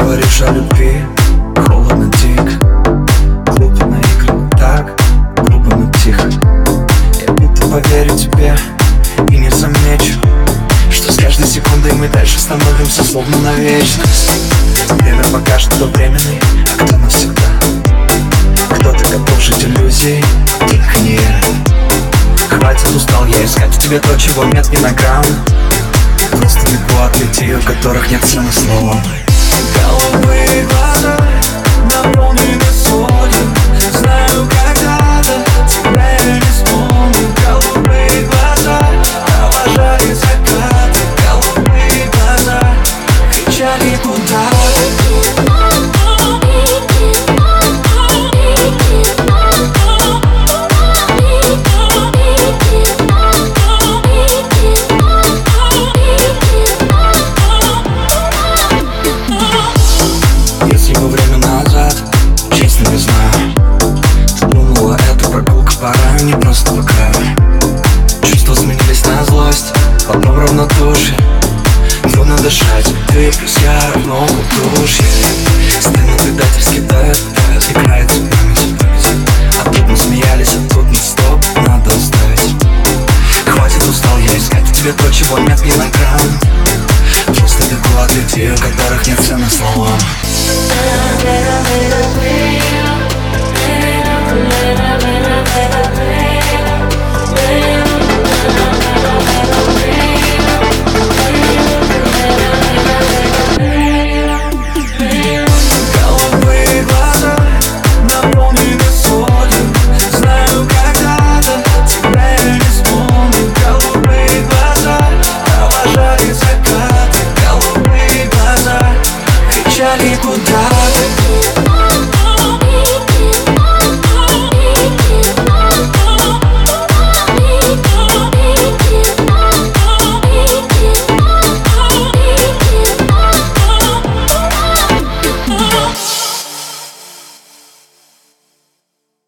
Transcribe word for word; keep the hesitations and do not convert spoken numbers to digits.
говоришь о любви, холодно, дико, глупо, наигранно, так грубо, но тихо. Я будто поверю тебе и не замечу, что с каждой секундой мы дальше становимся словно на вечность. Время покажет, кто временный, а кто навсегда. Кто-то готов жить иллюзией, только не я. Хватит, устал я искать в тебе то, чего нет ни на грамм. Просто далеко от людей, у которых нет смысла. Голубые глаза наполнены солью. Знаю, когда-то тебя я не вспомню. Голубые глаза провожали закаты. Голубые глаза кричали куда-то. Если бы время назад, честно не знаю, ты думала, эта прогулка пора, не просто по краю. Чувства сменились на злость, потом равнодушие. Трудно дышать, ты плюс я равно удушье. Стыдно предательски давит, давит, играет память. А тут мы смеялись, а тут на стоп, надо оставить. Хватит, устал я искать в тебе то, чего нет ни на грамм.